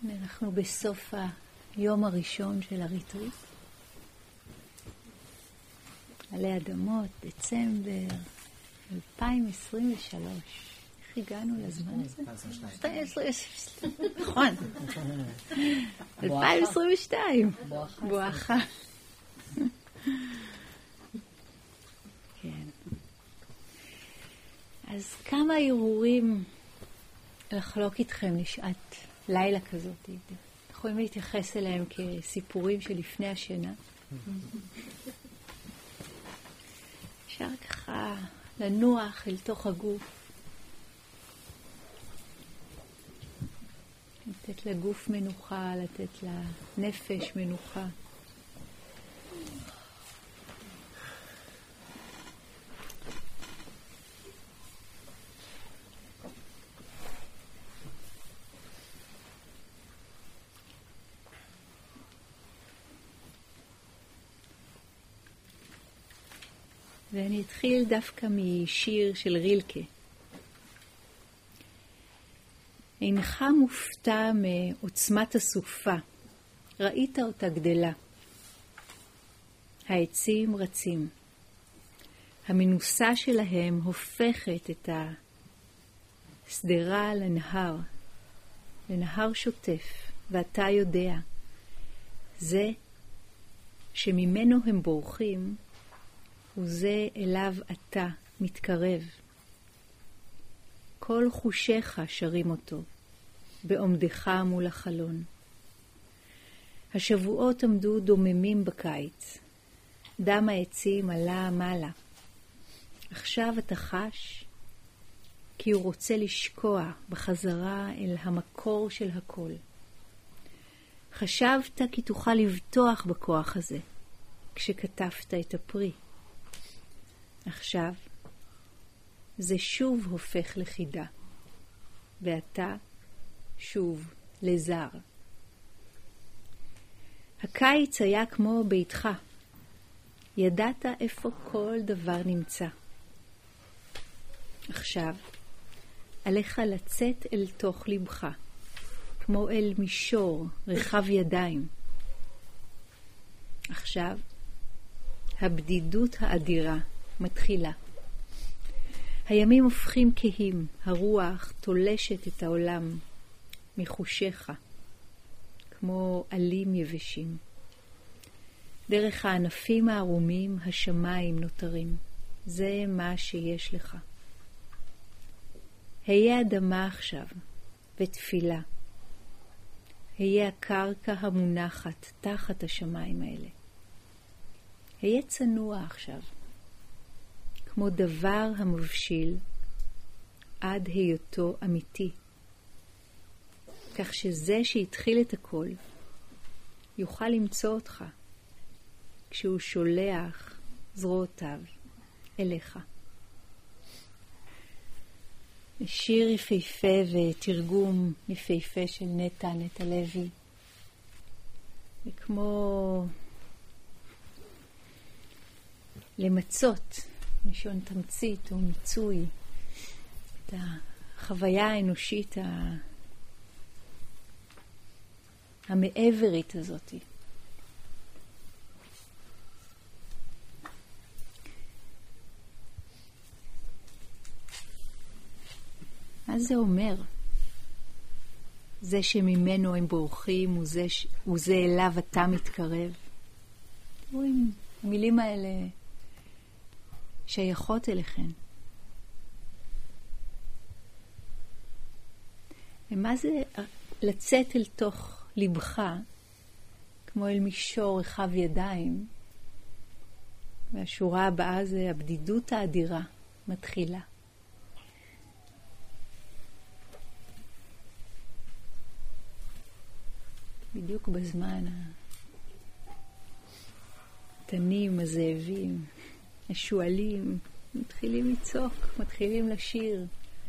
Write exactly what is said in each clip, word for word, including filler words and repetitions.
אנחנו בסוף היום הראשון של הריטריט. עלי אדמות, דצמבר אלפיים עשרים ושלוש. איך הגענו לזמן הזה? אלפיים עשרים ושתיים. נכון. אלפיים עשרים ושתיים. בואכה. כן. אז כמה הרהורים לחלוק איתכם לשעת לילה כזאת. יכולים להתייחס אליהם כסיפורים שלפני השינה. אפשר ככה לנוח אל תוך הגוף. לתת לגוף מנוחה, לתת לנפש מנוחה. ואני אתחיל דווקא משיר של רילקה. אינך מופתע מעוצמת הסופה, ראית אותה גדלה. העצים רצים. המנוסה שלהם הופכת את הסדרה לנהר, לנהר שוטף, ואתה יודע, זה שממנו הם בורחים, וזה אליו אתה מתקרב. כל חושיך שרים אותו, בעומדך מול החלון. השבועות עמדו דוממים בקיץ. דם העצים עלה מעלה. עכשיו אתה חש כי הוא רוצה לשקוע בחזרה אל המקור של הכל. חשבת כי תוכל לבטוח בכוח הזה כשכתבת את הפרי. עכשיו זה שוב הופך לחידה, ואתה שוב לזר. הקיץ היה כמו ביתך. ידעת איפה כל דבר נמצא. עכשיו עליך לצאת אל תוך לבך, כמו אל מישור רחב ידיים. עכשיו הבדידות האדירה מתחילה. הימים הופכים כהים, הרוח תולשת את העולם מחושיך, כמו עלים יבשים. דרך הענפים הערומים השמיים נותרים. זה מה שיש לך. היה אדמה עכשיו ותפילה. היה הקרקע המונחת תחת השמיים האלה. היה צנוע עכשיו. כמו דבר המבשיל עד היותו אמיתי. כך שזה שהתחיל את הכל יוכל למצוא אותך כשהוא שולח זרועותיו אליך. שיר יפהפה ותרגום יפהפה של נטע, נטע לוי. וכמו למצות, מישון תמצית או מיצוי, את החוויה האנושית המעברית הזאת. מה זה אומר? זה שממנו הם בורחים וזה, וזה אליו אתה מתקרב. רואים, המילים האלה שייכות אליכן. ומה זה לצאת אל תוך לבך, כמו אל מישור רחב ידיים? והשורה הבאה זה הבדידות האדירה מתחילה. בדיוק בזמן התנים, הזאבים, השואלים, מתחילים לצעוק, מתחילים לשיר.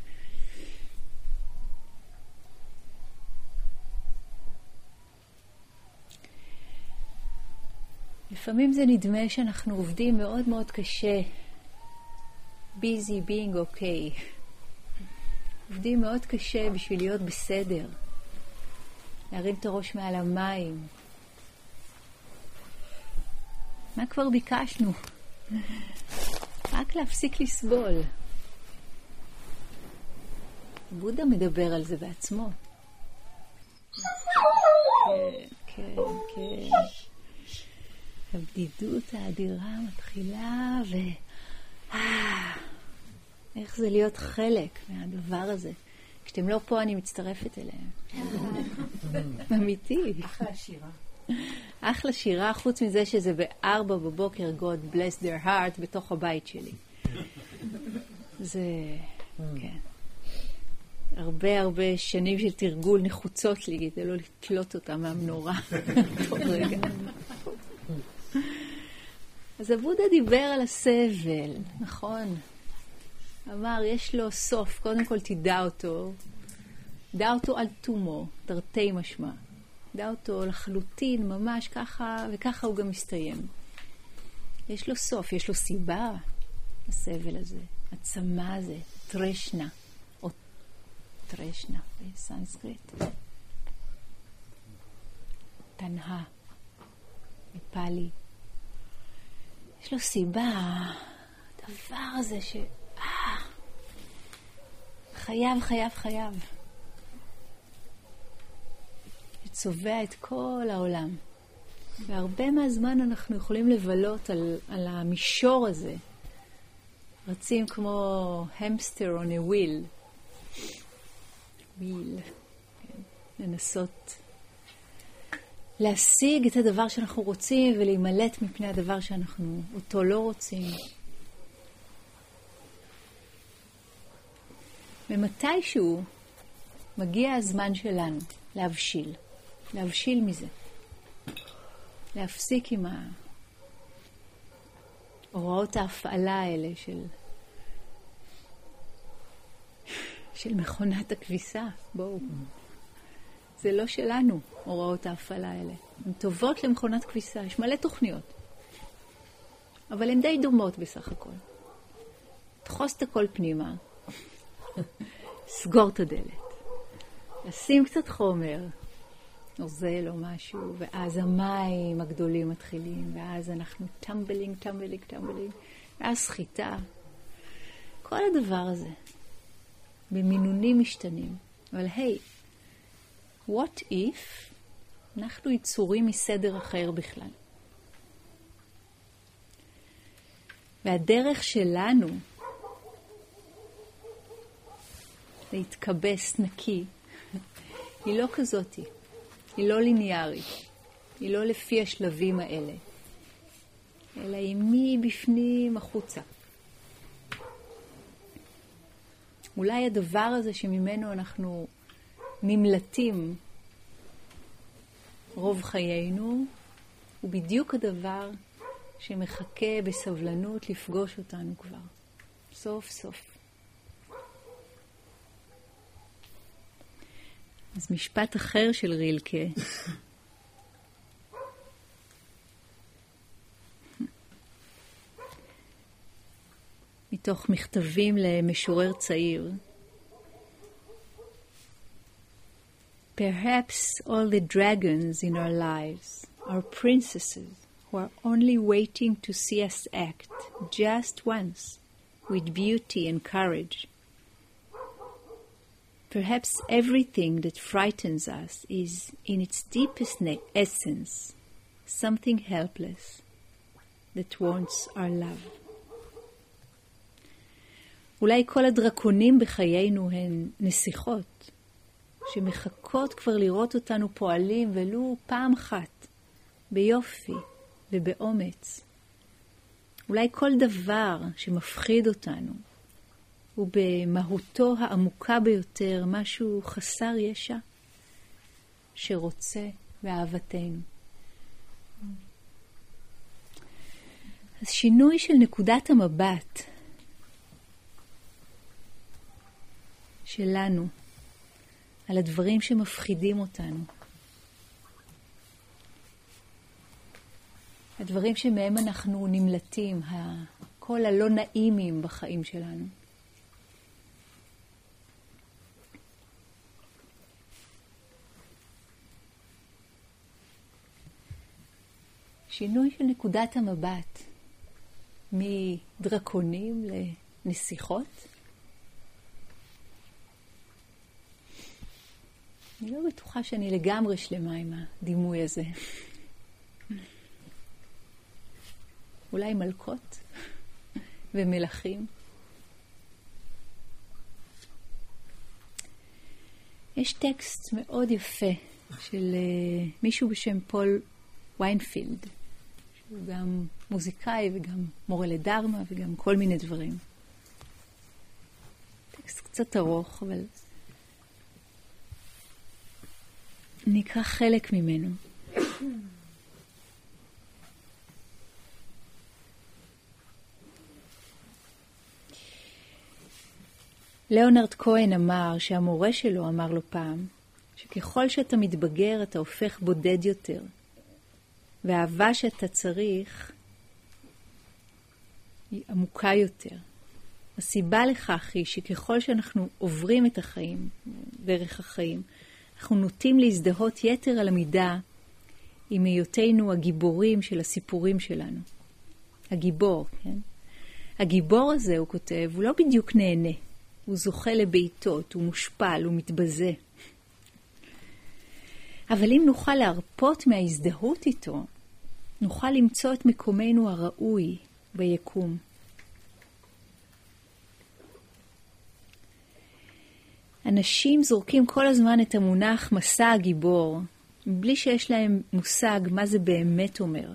לפעמים זה נדמה שאנחנו עובדים מאוד מאוד קשה. busy being okay. עובדים מאוד קשה בשביל להיות בסדר. להרים את הראש מעל המים. מה כבר ביקשנו? רק להפסיק לסבול. בודה מדבר על זה בעצמו. כן, כן, כן. הבדידות האדירה מתחילה ו... איך זה להיות חלק מהדבר הזה. כשאתם לא פה אני מצטרפת אליהם. אמיתי. אחלה שירה. אחלה שירה, חוץ מזה שזה בארבע בבוקר, God bless their heart, בתוך הבית שלי. זה, כן. הרבה הרבה שנים של תרגול נחוצות לי, כדי לא לתלות אותה מהמנורה. עוד רגע. אז הבודה דיבר על הסבל, נכון? אמר, יש לו סוף, קודם כל תדע אותו, דע אותו על תומו, תרתי משמע. דע אותו לחלוטין, ממש ככה, וככה הוא גם מסתיים. יש לו סוף, יש לו סיבה, הסבל הזה, הצמה הזה, טרשנה, או טרשנה בסנסקריט. תנהה, בפאלי. יש לו סיבה, הדבר הזה ש... אה, חייב, חייב, חייב. שצובע את כל העולם. והרבה מהזמן אנחנו יכולים לבלות על, על המישור הזה. רצים כמו המסטר on a wheel. wheel. כן. לנסות להשיג את הדבר שאנחנו רוצים ולהימלט מפני הדבר שאנחנו אותו לא רוצים. ומתישהו מגיע הזמן שלנו להבשיל. להבשיל מזה. להפסיק עם הוראות ההפעלה האלה של של מכונת הכביסה. בואו. זה לא שלנו, הוראות ההפעלה האלה. הן טובות למכונת כביסה. יש מלא תוכניות. אבל הן די דומות בסך הכל. תחוס את הכל פנימה. סגור את הדלת. לשים קצת חומר. נוזל או משהו. ואז המים הגדולים מתחילים. ואז אנחנו טמבלינג, טמבלינג, טמבלינג. ואז חיטה. כל הדבר הזה. במינונים משתנים. אבל היי, what if אנחנו יצורים מסדר אחר בכלל? והדרך שלנו להתקבס נקי היא לא כזאת. היא לא ליניארית. היא לא לפי השלבים האלה. אלא היא מבפנים החוצה. אולי הדבר הזה שממנו אנחנו נמלטים רוב חיינו, הוא בדיוק הדבר שמחכה בסבלנות לפגוש אותנו כבר. סוף סוף. אז משפט אחר של רילקה. מתוך מכתבים למשורר צעיר. Perhaps all the dragons in our lives are princesses who are only waiting to see us act just once with beauty and courage. Perhaps everything that frightens us is, in its deepest essence, something helpless that wants our love. אולי כל הדרקונים בחיינו הן נסיכות, שמחכות כבר לראות אותנו פועלים ולו פעם אחת, ביופי ובאומץ. אולי כל דבר שמפחיד אותנו, הוא במהותו העמוקה ביותר משהו חסר ישע, שרוצה באהבתנו. אז שינוי של נקודת המבט שלנו, על הדברים שמפחידים אותנו. הדברים שמהם אנחנו נמלטים, כל הלא נעימים בחיים שלנו. שינוי של נקודת המבט מדרקונים לנסיכות. אני לא בטוחה שאני לגמרי שלמה עם הדימוי הזה. אולי מלכות ומלכים. יש טקסט מאוד יפה של uh, מישהו בשם פול ויינפילד, שהוא גם מוזיקאי וגם מורה לדרמה וגם כל מיני דברים. טקסט קצת ארוך, אבל אני אקרא חלק ממנו. ליאונרד כהן אמר שהמורה שלו אמר לו פעם שככל שאתה מתבגר אתה הופך בודד יותר, והאהבה שאתה צריך היא עמוקה יותר. הסיבה לכך היא שככל שאנחנו עוברים את החיים, דרך החיים, אנחנו נוטים להזדהות יתר על המידה עם היותנו הגיבורים של הסיפורים שלנו. הגיבור, כן? הגיבור הזה, הוא כותב, הוא לא בדיוק נהנה. הוא זוכה לבעיטות, הוא מושפל, הוא מתבזה. אבל אם נוכל להרפות מההזדהות איתו, נוכל למצוא את מקומנו הראוי ביקום. אנשים זורקים כל הזמן את המונח מסע הגיבור, בלי שיש להם מושג מה זה באמת אומר.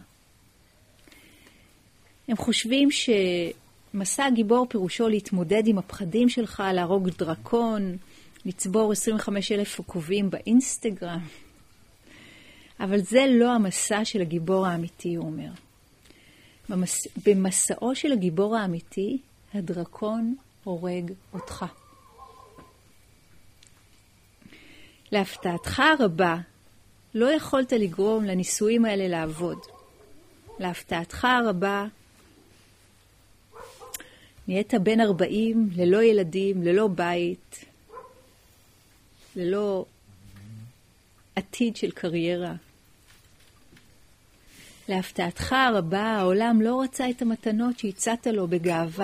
הם חושבים שמסע הגיבור פירושו להתמודד עם הפחדים שלך, להרוג דרקון, לצבור עשרים וחמישה אלף עוקבים באינסטגרם. אבל זה לא המסע של הגיבור האמיתי, הוא אומר. במס... במסעו של הגיבור האמיתי, הדרקון הורג אותך. להפתעתך הרבה, לא יכולת לגרום לניסויים האלה לעבוד. להפתעתך הרבה, נהיית בן ארבעים, ללא ילדים, ללא בית, ללא עתיד של קריירה. להפתעתך הרבה, העולם לא רצה את המתנות שהצעת לו בגאווה.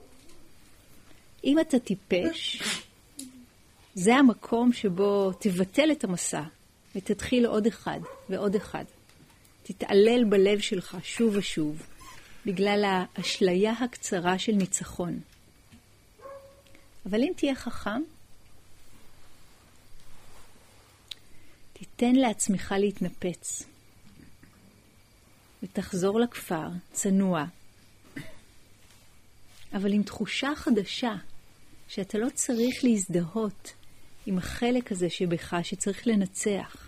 אם אתה טיפש, זה המקום שבו תבטל את המסע ותתחיל עוד אחד ועוד אחד. תתעלל בלב שלך שוב ושוב בגלל האשליה הקצרה של ניצחון. אבל אם תהיה חכם, תיתן לעצמך להתנפץ ותחזור לכפר צנוע, אבל עם תחושה חדשה שאתה לא צריך להזדהות עם החלק הזה שבך שצריך לנצח.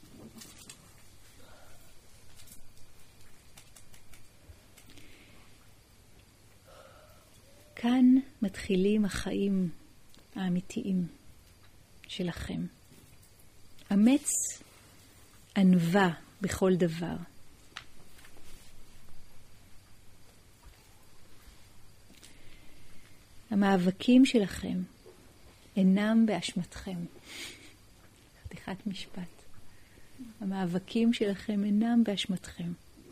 כאן מתחילים החיים האמיתיים שלכם. אמץ ענווה בכל דבר. המאבקים שלכם אינם באשמתכם. חתיכת משפט. המאבקים שלכם אינם באשמתכם.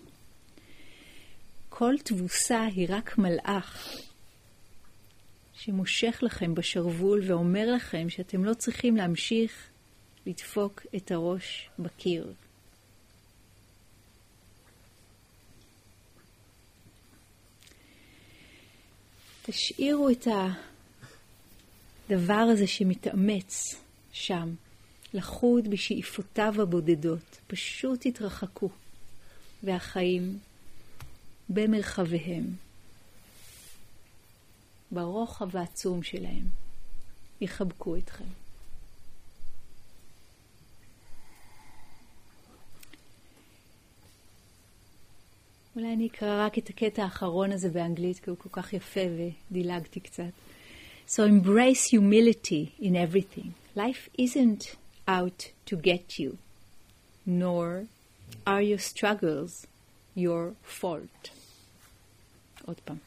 כל תבוסה היא רק מלאך שמושך לכם בשרוול ואומר לכם שאתם לא צריכים להמשיך לדפוק את הראש בקיר. תשאירו את הדבר הזה שמתאמץ שם, לחוד בשאיפותיו הבודדות. פשוט תתרחקו, והחיים במרחביהם, ברוחב העצום שלהם, יחבקו אתכם. אולי אני אקרא רק את הקטע האחרון הזה באנגלית, כי הוא כל כך יפה ודילגתי קצת. So embrace humility in everything. Life isn't out to get you, nor are your struggles your fault. עוד פעם.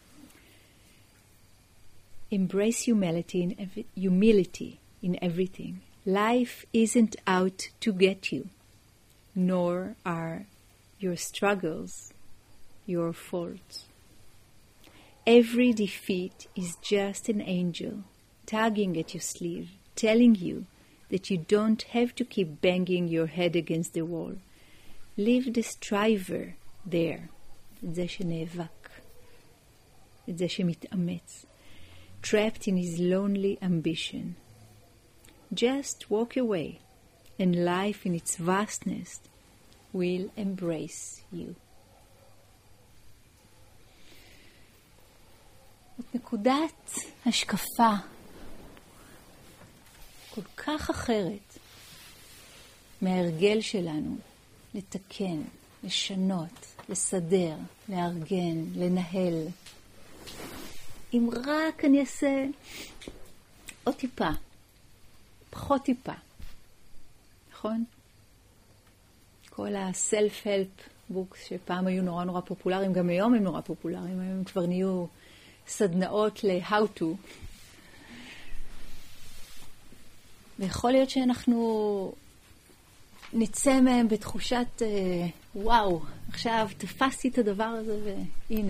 Embrace humility in, ev- humility in everything. Life isn't out to get you, nor are your struggles, your faults. Every defeat is just an angel tugging at your sleeve, telling you that you don't have to keep banging your head against the wall. Leave the striver there, את זה שנאבק, את זה שמתאמץ, trapped in his lonely ambition. Just walk away, and life in its vastness will embrace you. את נקודת השקפה כל כך אחרת מההרגל שלנו לתקן, לשנות, לסדר, לארגן, לנהל. אם רק אני אעשה עוד טיפה, פחות טיפה, נכון? כל ה-self-help books שפעם היו נורא נורא פופולריים, גם היום הם נורא פופולריים, היום הם כבר נהיו סדנאות ל-how to. ויכול להיות שאנחנו נצא מהם בתחושת, אה, וואו, עכשיו תפסתי את הדבר הזה והנה.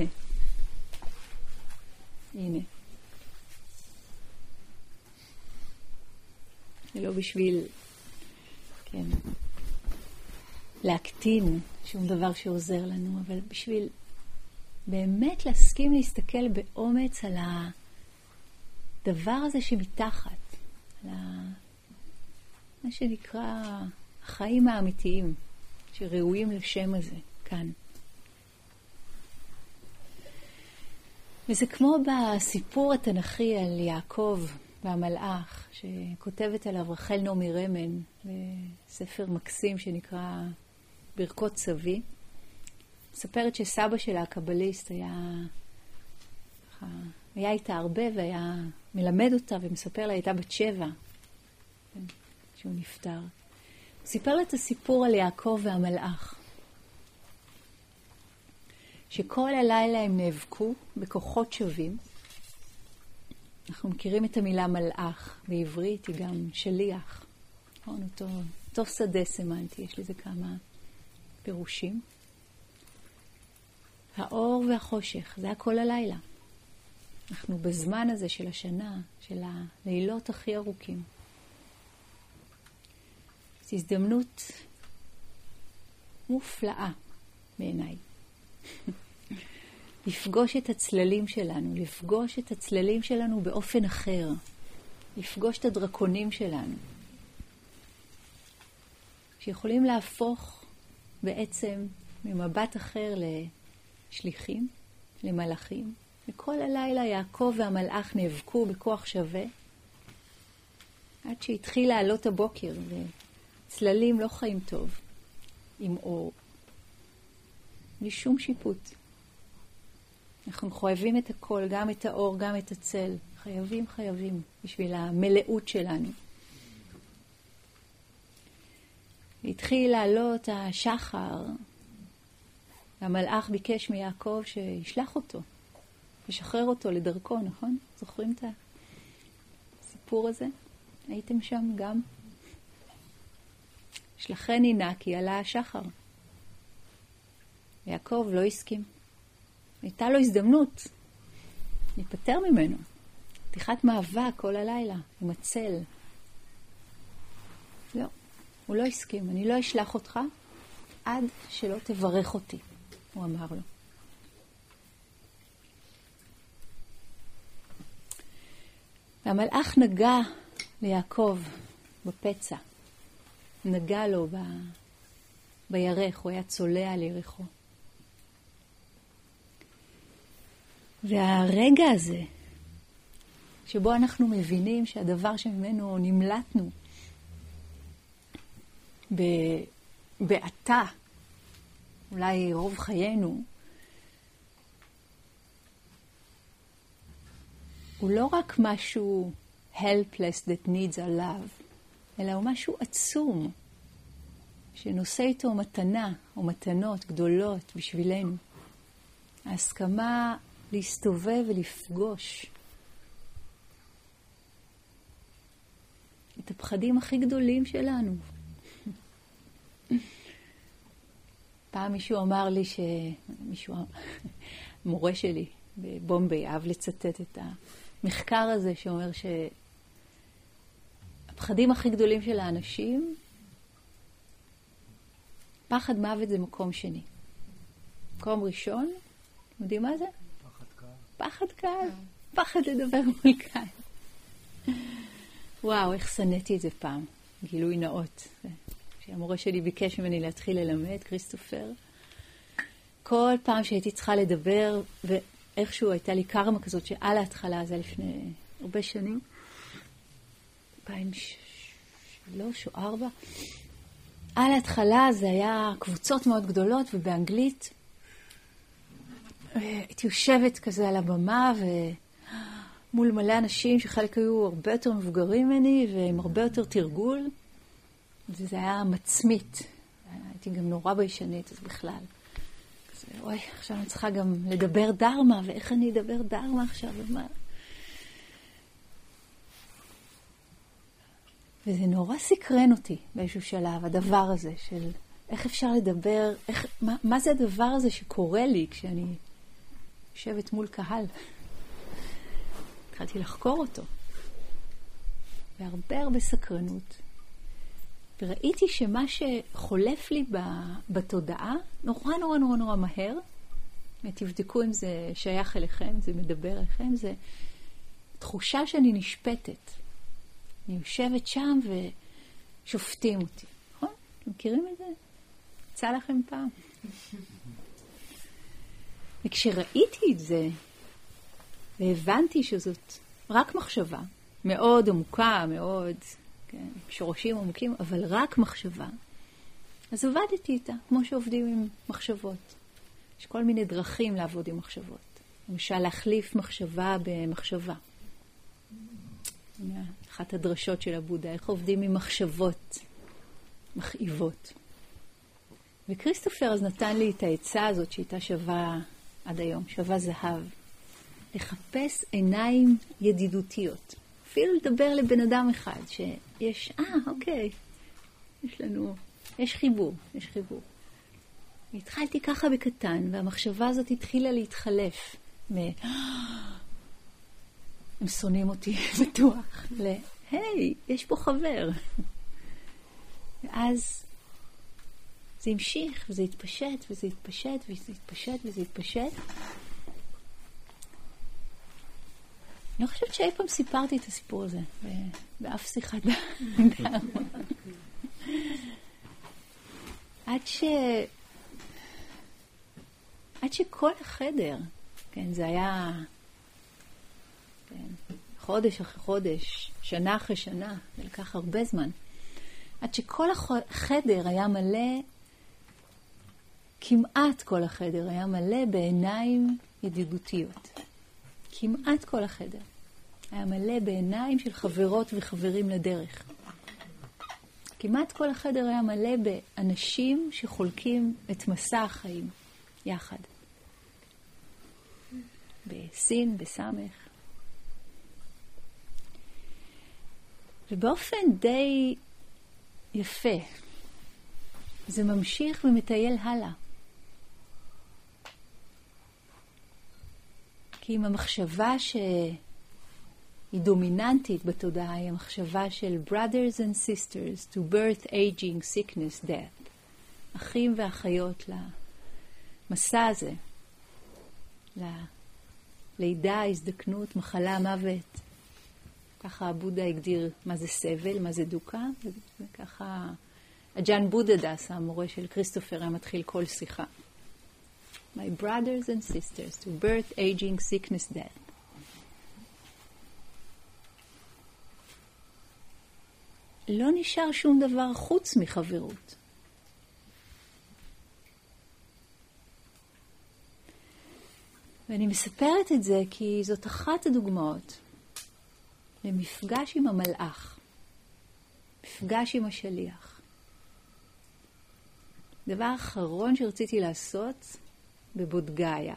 הנה. זה לא בשביל, כן, להקטין שום דבר שעוזר לנו, אבל בשביל באמת להסכים להסתכל באומץ על הדבר הזה שמתחת, על מה שנקרא החיים האמיתיים שראויים לשם הזה כאן. וזה כמו בסיפור התנ"כי על יעקב והמלאך שכותבת עליו רחל נעמי רמן בספר מקסים שנקרא ברכות צבי. מספרת שסבא שלה הקבליסט היה היה איתה הרבה והיה מלמד אותה ומספר לה, הייתה בת שבע שהוא נפטר. הוא סיפר לה את הסיפור על יעקב והמלאך, שכל הלילה הם נאבקו בכוחות שווים. אנחנו מכירים את המילה מלאך, בעברית היא גם שליח, אותו, אותו שדה סמנטי, יש לזה כמה פירושים. האור והחושך, זה הכל הלילה. אנחנו בזמן הזה של השנה, של הלילות הכי ארוכים. זו הזדמנות מופלאה בעיניי. לפגוש את הצללים שלנו, לפגוש את הצללים שלנו באופן אחר, לפגוש את הדרקונים שלנו, שיכולים להפוך בעצם ממבט אחר לשליחים, למלאכים. וכל הלילה יעקב והמלאך נאבקו בכוח שווה, עד שהתחיל לעלות הבוקר, וצללים לא חיים טוב, עם אור, בלי שום שיפוט. אנחנו חייבים את הכל, גם את האור, גם את הצל. חייבים, חייבים, בשביל המלאות שלנו. התחיל לעלות השחר, והמלאך ביקש מיעקב שישלח אותו, ישחרר אותו לדרכו, נכון? זוכרים את הסיפור הזה? הייתם שם גם? שלחני נא כי עלה השחר. יעקב לא הסכים. הייתה לו הזדמנות להיפטר ממנו. פתיחת מאבק כל הלילה עם הצל. לא, הוא לא הסכים. אני לא אשלח אותך עד שלא תברך אותי, הוא אמר לו. והמלאך נגע ליעקב בפצע. נגע לו ב... בירך, הוא היה צולע על ירחו. והרגע הזה, שבו אנחנו מבינים שהדבר שממנו נמלטנו ב... בעתה, אולי רוב חיינו, הוא לא רק משהו helpless that needs our love, אלא הוא משהו עצום, שנושא איתו מתנה או מתנות גדולות בשבילנו. ההסכמה להסתובב ולפגוש את הפחדים הכי גדולים שלנו. פעם מישהו אמר לי שמישהו, מורה שלי בבומביי, אהב לצטט את המחקר הזה שאומר שהפחדים הכי גדולים של האנשים, פחד מוות זה מקום שני. מקום ראשון, אתם יודעים מה זה? פחד קהל. פחד קהל. פחד לדבר מול קהל. וואו, איך שנאתי את זה פעם. גילוי נאות. כשהמורה שלי ביקש ממני להתחיל ללמד, כריסטופר, כל פעם שהייתי צריכה לדבר, ואיכשהו הייתה לי קרמה כזאת שעל ההתחלה, זה לפני הרבה שנים, אלפיים ושלוש או ארבע, על ההתחלה זה היה קבוצות מאוד גדולות, ובאנגלית הייתי יושבת כזה על הבמה, ומול מלא אנשים שחלק היו הרבה יותר מבוגרים ממני, ועם הרבה יותר תרגול, וזה היה מצמית. הייתי גם נורא ביישנית, אז בכלל. כזה, אוי, עכשיו אני צריכה גם לדבר דרמה, ואיך אני אדבר דרמה עכשיו, ומה? וזה נורא סקרן אותי באיזשהו שלב, הדבר הזה של איך אפשר לדבר, איך, מה, מה זה הדבר הזה שקורה לי כשאני יושבת מול קהל. התחלתי לחקור אותו. והרבה הרבה סקרנות. וראיתי שמה שחולף לי בתודעה, נורא נורא נורא נורא מהר, ותבדקו אם זה שייך אליכם, אם זה מדבר אליכם, זה תחושה שאני נשפטת. אני יושבת שם ושופטים אותי. נכון? אתם מכירים את זה? יצא לכם פעם. וכשראיתי את זה, והבנתי שזאת רק מחשבה, מאוד עמוקה, מאוד, כן, שורשים עמוקים, אבל רק מחשבה, אז עבדתי איתה, כמו שעובדים עם מחשבות. יש כל מיני דרכים לעבוד עם מחשבות. למשל, להחליף מחשבה במחשבה. אחת הדרשות של הבודה, איך עובדים עם מחשבות מכאיבות. וכריסטופר אז נתן לי את העצה הזאת שהייתה שווה עד היום, שווה זהב. לחפש עיניים ידידותיות. אפילו לדבר לבן אדם אחד שיש, אה, אוקיי, יש לנו, יש חיבור, יש חיבור. התחלתי ככה בקטן, והמחשבה הזאת התחילה להתחלף מ... הם שונאים אותי בטוח, ל... היי, יש פה חבר. ואז זה המשיך, וזה התפשט, וזה התפשט, וזה התפשט, וזה התפשט. אני לא חושבת שאי פעם סיפרתי את הסיפור הזה, באף שיחת דרמה. עד ש... עד שכל החדר, כן, זה היה כן, חודש אחרי חודש, שנה אחרי שנה, זה לקח הרבה זמן. עד שכל החדר היה מלא, כמעט כל החדר היה מלא בעיניים ידידותיות. כמעט כל החדר היה מלא בעיניים של חברות וחברים לדרך. כמעט כל החדר היה מלא באנשים שחולקים את מסע החיים יחד. בסין, בסמך. ובאופן די יפה, זה ממשיך ומטייל הלאה. כי אם המחשבה שהיא דומיננטית בתודעה היא המחשבה של brothers and sisters to birth, aging, sickness, death. אחים ואחיות למסע הזה, ללידה, הזדקנות, מחלה, מוות. ככה הבודה הגדיר מה זה סבל, מה זה דוקה, וככה אג'אן בודדס, המורה של כריסטופר, היה מתחיל כל שיחה. My brothers and sisters, to birth, aging, sickness, death. לא נשאר שום דבר חוץ מחברות. ואני מספרת את זה כי זאת אחת הדוגמאות למפגש עם המלאך, מפגש עם השליח. דבר אחרון שרציתי לעשות בבודגאיה,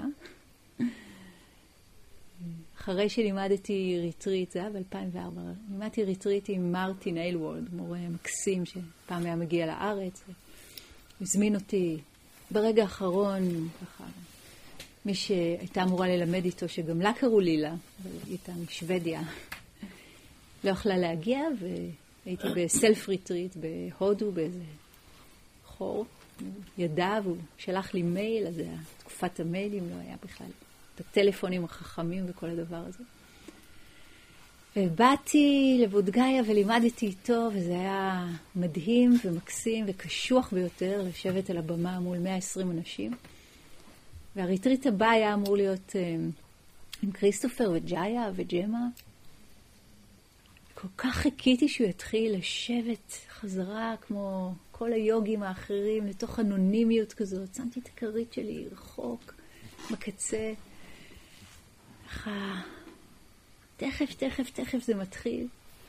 אחרי שלימדתי ריטריט, זה היה ב-אלפיים וארבע, לימדתי ריטריט עם מרטין איילוורד, מורה מקסים שפעם היה מגיע לארץ, הזמין אותי ברגע האחרון, ככה, מי שהייתה אמורה ללמד איתו, שגם לה קראו לילה, אבל היא הייתה משוודיה, לא יכלה להגיע, והייתי בסלף ריטריט בהודו, באיזה חור. הוא ידע, והוא שלח לי מייל, אז זה היה תקופת המיילים, לא היה בכלל את הטלפונים החכמים וכל הדבר הזה. ובאתי לבודגאיה ולימדתי איתו, וזה היה מדהים ומקסים וקשוח ביותר לשבת על הבמה מול מאה ועשרים אנשים. והריטריט הבא היה אמור להיות עם כריסטופר וג'איה וג'מה. כל כך חיכיתי שהוא יתחיל לשבת חזרה כמו כל היוגים האחרים, לתוך אנונימיות כזאת. שמתי את הכרית שלי רחוק, בקצה. ככה, תכף, תכף, תכף זה מתחיל.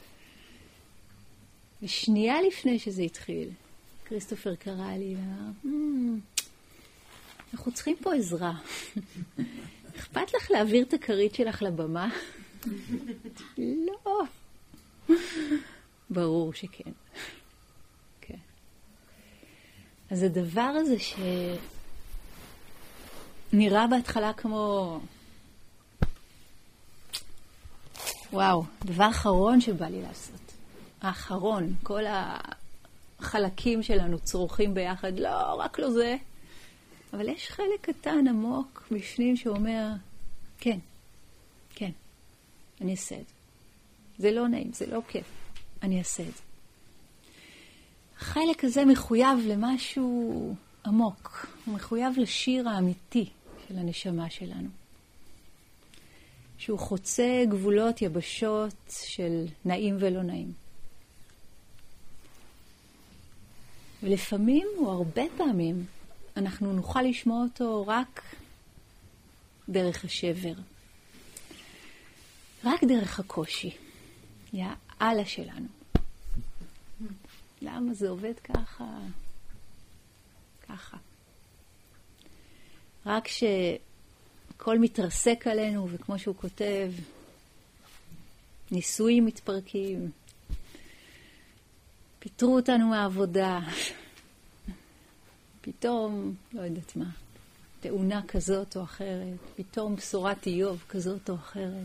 ושנייה לפני שזה התחיל, כריסטופר קרא לי, hmm, אנחנו צריכים פה עזרה. אכפת לך להעביר את הכרית שלך לבמה? לא. ברור שכן. כן. אז הדבר הזה שנראה בהתחלה כמו, וואו, דבר אחרון שבא לי לעשות. האחרון, כל החלקים שלנו צורכים ביחד, לא, רק לא זה. אבל יש חלק קטן עמוק בפנים שאומר, כן, כן, אני אעשה את זה. זה לא נעים, זה לא כיף, אני אעשה את זה. החלק הזה מחויב למשהו עמוק, הוא מחויב לשיר האמיתי של הנשמה שלנו. שהוא חוצה גבולות יבשות של נעים ולא נעים. ולפעמים, או הרבה פעמים, אנחנו נוכל לשמוע אותו רק דרך השבר. רק דרך הקושי. היא העלה שלנו. למה זה עובד ככה? ככה. רק שהכל מתרסק עלינו, וכמו שהוא כותב, ניסויים מתפרקים, פיטרו אותנו מהעבודה, פתאום, לא יודעת מה, תאונה כזאת או אחרת, פתאום בשורת איוב כזאת או אחרת.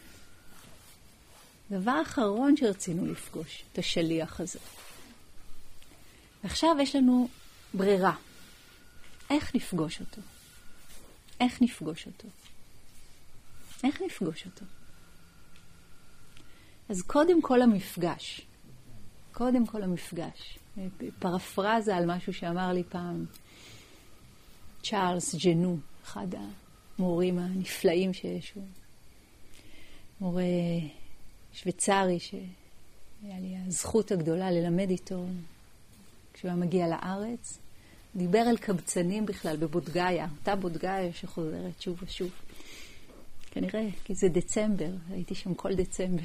דבר אחרון שרצינו לפגוש, את השליח הזה. ועכשיו יש לנו ברירה. איך נפגוש אותו? איך נפגוש אותו? איך נפגוש אותו? אז קודם כל המפגש. קודם כל המפגש. פרפרזה על משהו שאמר לי פעם צ'ארלס ג'נו, אחד המורים הנפלאים שיש. הוא מורה שוויצרי שהיה לי הזכות הגדולה ללמד איתו כשהוא היה מגיע לארץ. דיבר על קבצנים בכלל בבודגאיה, אותה בודגאיה שחוזרת שוב ושוב. כנראה, כי זה דצמבר, הייתי שם כל דצמבר.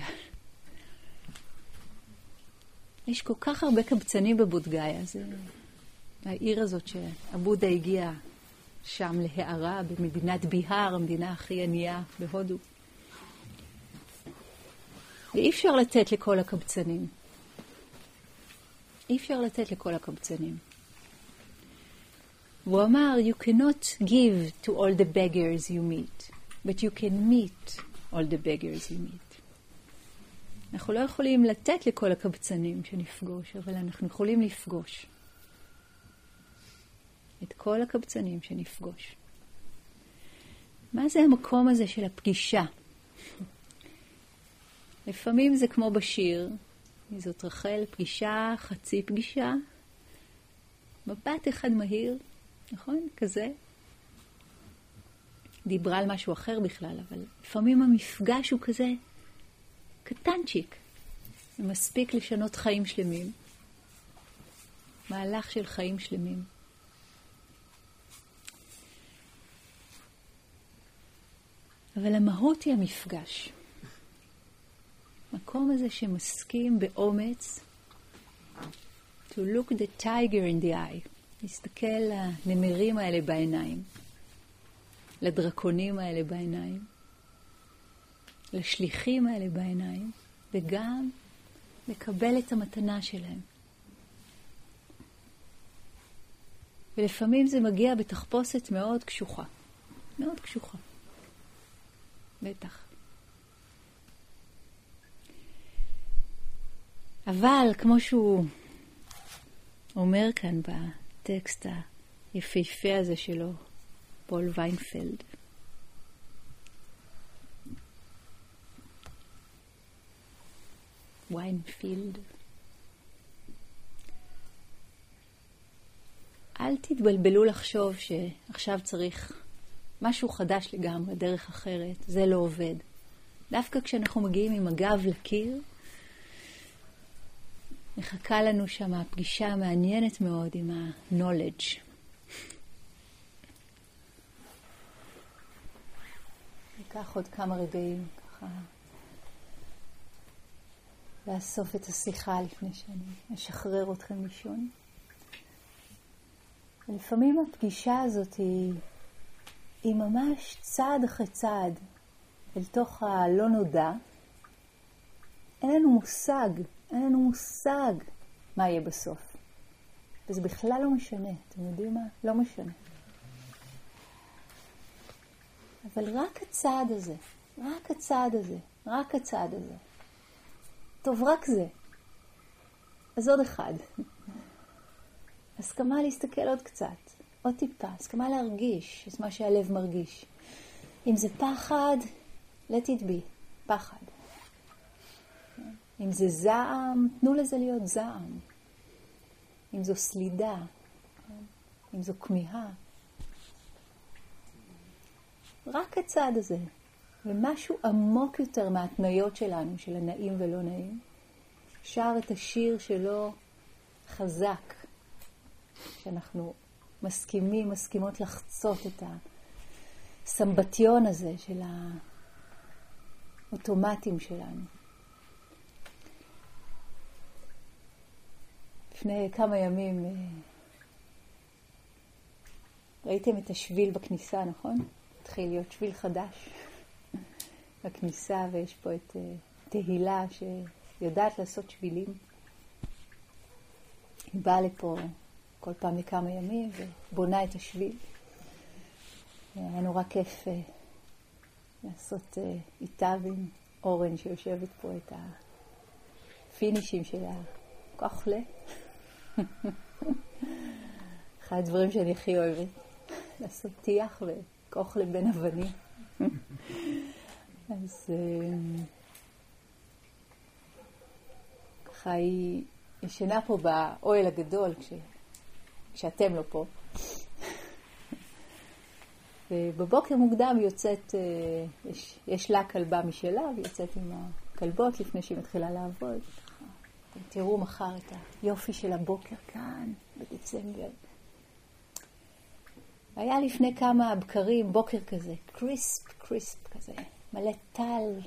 יש כל כך הרבה קבצנים בבודגאיה, זה העיר הזאת שהבודה הגיע שם להערה במדינת ביהר, המדינה הכי ענייה בהודו. ואי אפשר לתת לכל הקבצנים. אי אפשר לתת לכל הקבצנים. הוא אמר, you cannot give to all the beggars you meet, but you can meet all the beggars you meet. אנחנו לא יכולים לתת לכל הקבצנים שנפגוש, אבל אנחנו יכולים לפגוש את כל הקבצנים שנפגוש. מה זה המקום הזה של הפגישה? לפעמים זה כמו בשיר, זאת רחל, פגישה, חצי פגישה, מבט אחד מהיר, נכון? כזה. דיברה על משהו אחר בכלל, אבל לפעמים המפגש הוא כזה קטנצ'יק. זה מספיק לשנות חיים שלמים. מהלך של חיים שלמים. אבל המהות היא המפגש. מקום הזה שמסכים באומץ to look the tiger in the eye. להסתכל לנמרים האלה בעיניים. לדרקונים האלה בעיניים. לשליחים האלה בעיניים. וגם לקבל את המתנה שלהם. ולפעמים זה מגיע בתחפושת מאוד קשוחה. מאוד קשוחה. בטח. אבל כמו שהוא אומר כאן בטקסט היפהפה הזה שלו, פול ויינפלד, ויינפילד, אל תתבלבלו לחשוב שעכשיו צריך משהו חדש לגמרי, דרך אחרת, זה לא עובד. דווקא כשאנחנו מגיעים עם הגב לקיר, מחכה לנו שם הפגישה מעניינת מאוד עם ה-knowledge. ניקח עוד כמה רגעים ככה לאסוף את השיחה לפני שאני אשחרר אתכם לישון. ולפעמים הפגישה הזאת היא, היא ממש צעד אחרי צעד אל תוך הלא נודע. אין לנו מושג, אין לנו מושג מה יהיה בסוף. וזה בכלל לא משנה, אתם יודעים מה? לא משנה. אבל רק הצעד הזה, רק הצעד הזה, רק הצעד הזה. טוב, רק זה. אז עוד אחד. הסכמה להסתכל עוד קצת, עוד טיפה, הסכמה להרגיש את מה שהלב מרגיש. אם זה פחד, let it be, פחד. אם זה זעם, תנו לזה להיות זעם. אם זו סלידה, אם זו כמיהה. רק הצעד הזה, ומשהו עמוק יותר מהתניות שלנו, של הנעים ולא נעים, שר את השיר שלו חזק, שאנחנו מסכימים, מסכימות לחצות את הסמבטיון הזה של האוטומטים שלנו. לפני כמה ימים ראיתם את השביל בכניסה, נכון? התחיל להיות שביל חדש בכניסה, ויש פה את תהילה שיודעת לעשות שבילים. היא באה לפה כל פעם לכמה ימים ובונה את השביל. היה נורא כיף לעשות איתה ועם אורן שיושבת פה את הפינישים של הכוחלה. אחד הדברים שאני הכי אוהבת, לעשות טיח וכוחלה בין אבנים. אז ככה היא ישנה פה באוהל הגדול כש... כשאתם לא פה. ובבוקר מוקדם יוצאת, יש, יש לה כלבה משלה, ויוצאת עם הכלבות לפני שהיא מתחילה לעבוד. אתם תראו מחר את היופי של הבוקר כאן, בדצמבר. היה לפני כמה בקרים, בוקר כזה, קריספ, קריספ כזה, מלא טל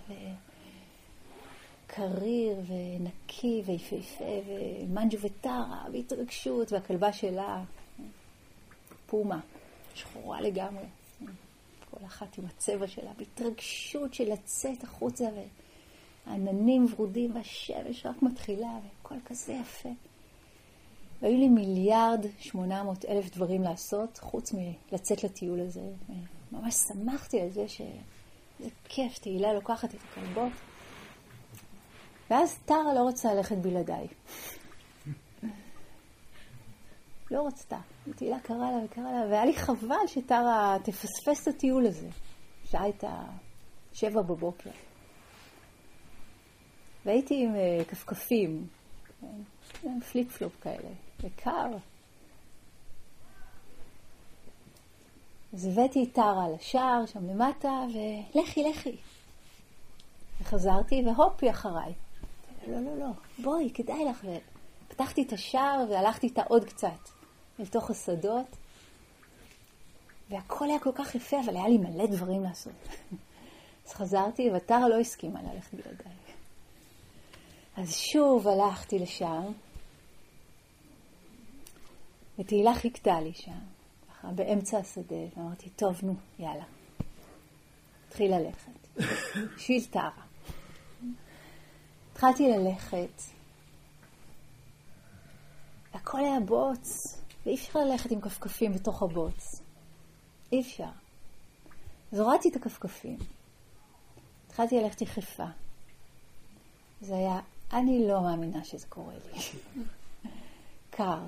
וקריר ונקי ויפהפה ומנג'ו וטרה והתרגשות, והכלבה שלה, פומה, שחורה לגמרי. כל אחת עם הצבע שלה, בהתרגשות של לצאת החוצה, והעננים ורודים והשמש רק מתחילה, וכל כזה יפה. והיו לי מיליארד שמונה מאות אלף דברים לעשות, חוץ מלצאת לטיול הזה. ממש שמחתי על זה שזה כיף, תהילה לוקחת את הכלבות. ואז טרה לא רוצה ללכת בלעדיי. לא רצתה. תהילה קרא לה וקרא לה, והיה לי חבל שטרה תפספס את הטיול הזה. שעה הייתה שבע בבוקר. והייתי עם כפכפים, פליפ פלופ כאלה, וקר. אז הבאתי את טרה לשער שם למטה, ולכי, לכי. וחזרתי, והופי אחריי. לא, לא, לא, בואי, כדאי לך. ופתחתי את השער והלכתי איתה עוד קצת אל תוך השדות. והכל היה כל כך יפה, אבל היה לי מלא דברים לעשות. אז חזרתי, וטרה לא הסכימה ללכת בלעדיי. אז שוב הלכתי לשם, ותהילה חיכתה לי שם, ככה באמצע השדה, ואמרתי, טוב, נו, יאללה. התחיל ללכת. שביל טרה. התחלתי ללכת, הכל היה בוץ, ואי אפשר ללכת עם כפכפים בתוך הבוץ. אי אפשר. אז הורדתי את הכפכפים. התחלתי ללכת יחפה. זה היה, אני לא מאמינה שזה קורה לי. קר.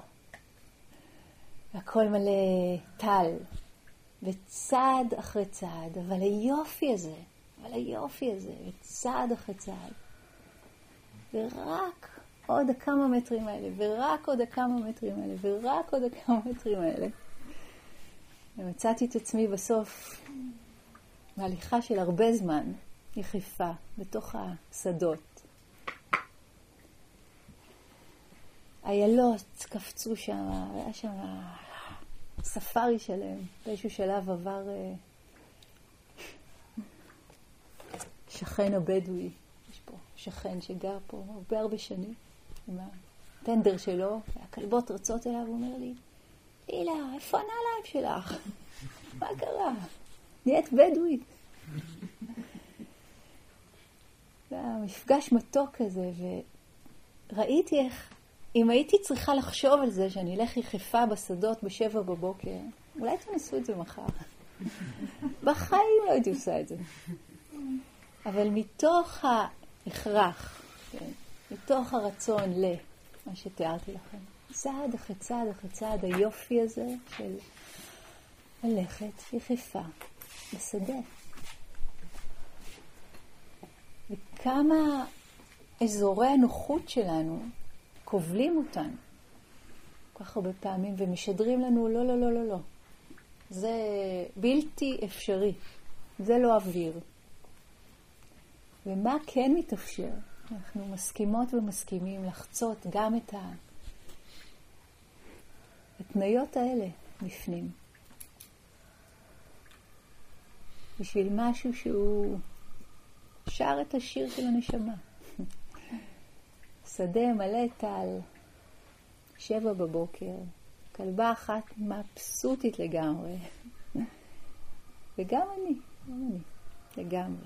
והכל מלא טל. וצעד אחרי צעד. אבל היופי הזה, אבל היופי הזה, וצעד אחרי צעד. ורק עוד הכמה מטרים האלה, ורק עוד הכמה מטרים האלה, ורק עוד הכמה מטרים האלה. ומצאתי את עצמי בסוף בהליכה של הרבה זמן, יחפה, בתוך השדות. איילות קפצו שם, היה שם ספארי שלהם. באיזשהו שלב עבר שכן הבדואי. יש פה שכן שגר פה הרבה הרבה שנים, עם הטנדר שלו, והכלבות רצות אליו, הוא אומר לי, לילה, איפה הנעליים שלך? מה קרה? נהיית בדואית. זה היה מפגש מתוק כזה, וראיתי איך, אם הייתי צריכה לחשוב על זה, שאני אלך יחפה בשדות בשבע בבוקר, אולי תנסו את זה מחר. בחיים לא הייתי עושה את זה. אבל מתוך ההכרח, כן, מתוך הרצון ל, מה שתיארתי לכם, צעד אחרי צעד אחרי צעד, היופי הזה של ללכת יחפה בשדה. וכמה אזורי הנוחות שלנו קובלים אותנו כל כך הרבה פעמים ומשדרים לנו לא, לא, לא, לא, לא. זה בלתי אפשרי. זה לא אוויר. ומה כן מתאפשר? אנחנו מסכימות ומסכימים לחצות גם את התניות האלה בפנים. בשביל משהו שהוא שר את השיר של הנשמה. שדה מלא טל, שבע בבוקר, כלבה אחת מבסוטית לגמרי. וגם אני, גם אני, לגמרי.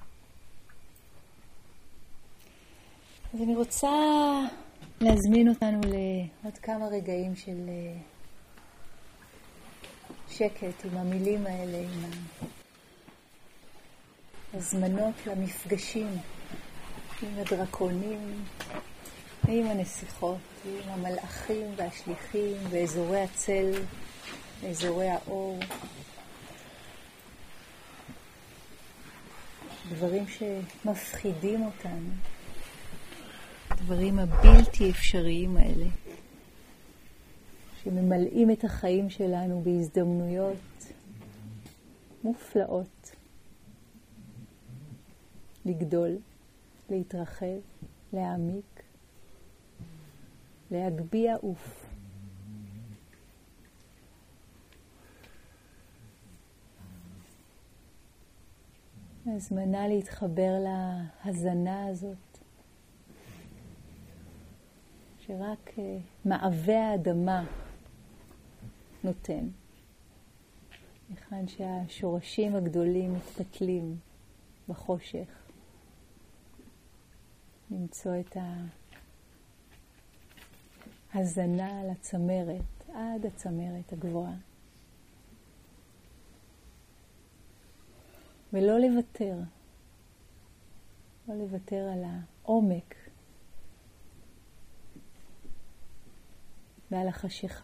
אז אני רוצה להזמין אותנו לעוד כמה רגעים של שקט עם המילים האלה, עם הזמנות למפגשים עם הדרקונים, עם הנסיכות, עם המלאכים והשליחים, באזורי הצל, באזורי האור. דברים שמפחידים אותנו. הדברים הבלתי אפשריים האלה, שממלאים את החיים שלנו בהזדמנויות מופלאות. לגדול, להתרחב, להעמיק, להגביה עוף. הזמנה להתחבר להזנה הזאת, שרק מעווה האדמה נותן. היכן שהשורשים הגדולים מתפתלים בחושך. למצוא את ההזנה על הצמרת, עד הצמרת הגבוהה. ולא לוותר. לא לוותר על העומק ועל החשיכה.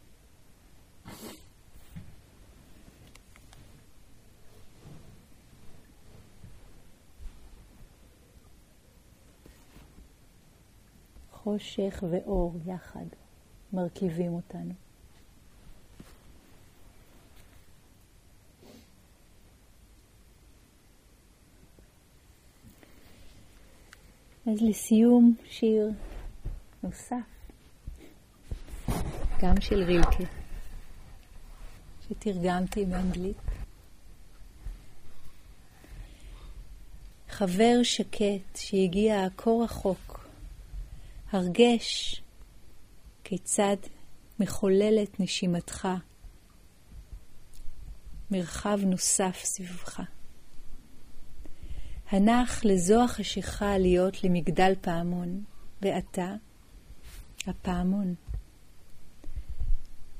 חושך ואור יחד מרכיבים אותנו. אז לסיום שיר נוסף, גם של רילקה, שתרגמתי מאנגלית. חבר שקט שהגיע כה רחוק, הרגש כיצד מחוללת נשימתך מרחב נוסף סביבך. הנח לזו החשיכה להיות למגדל פעמון, ואתה הפעמון.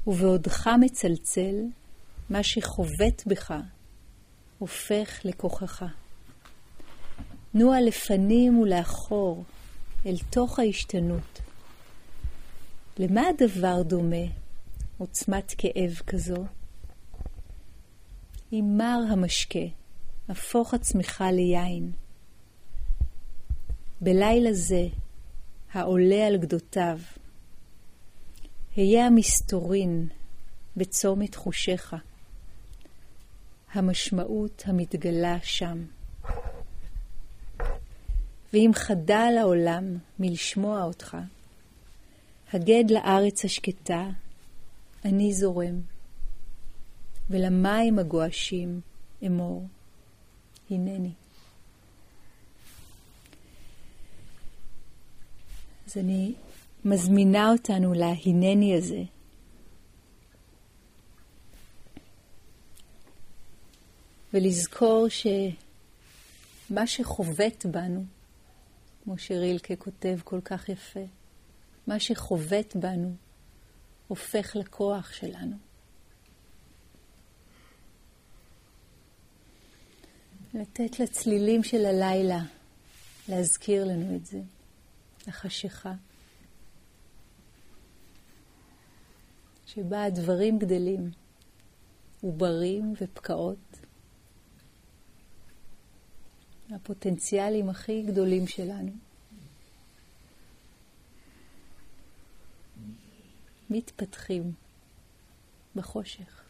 ובעודך מצלצל, מה שחובט בך הופך לכוחך. נוע לפנים ולאחור אל תוך ההשתנות. למה הדבר דומה, עוצמת כאב כזו? אם מר המשקה, הפוך עצמך ליין. בלילה זה, העולה על גדותיו, היה המסתורין בצומת חושיך, המשמעות המתגלה שם. ואם חדל העולם מלשמוע אותך, הגד לארץ השקטה, אני זורם, ולמים הגועשים אמור, הנני. אז אני מזמינה אותנו להנני הזה. ולזכור שמה שחובט בנו, כמו שרילקה כותב כל כך יפה, מה שחובט בנו הופך לכוח שלנו. לתת לצלילים של הלילה להזכיר לנו את זה, החשיכה, שבה הדברים גדלים, עוברים ופקעות, הפוטנציאלים הכי גדולים שלנו. מתפתחים בחושך.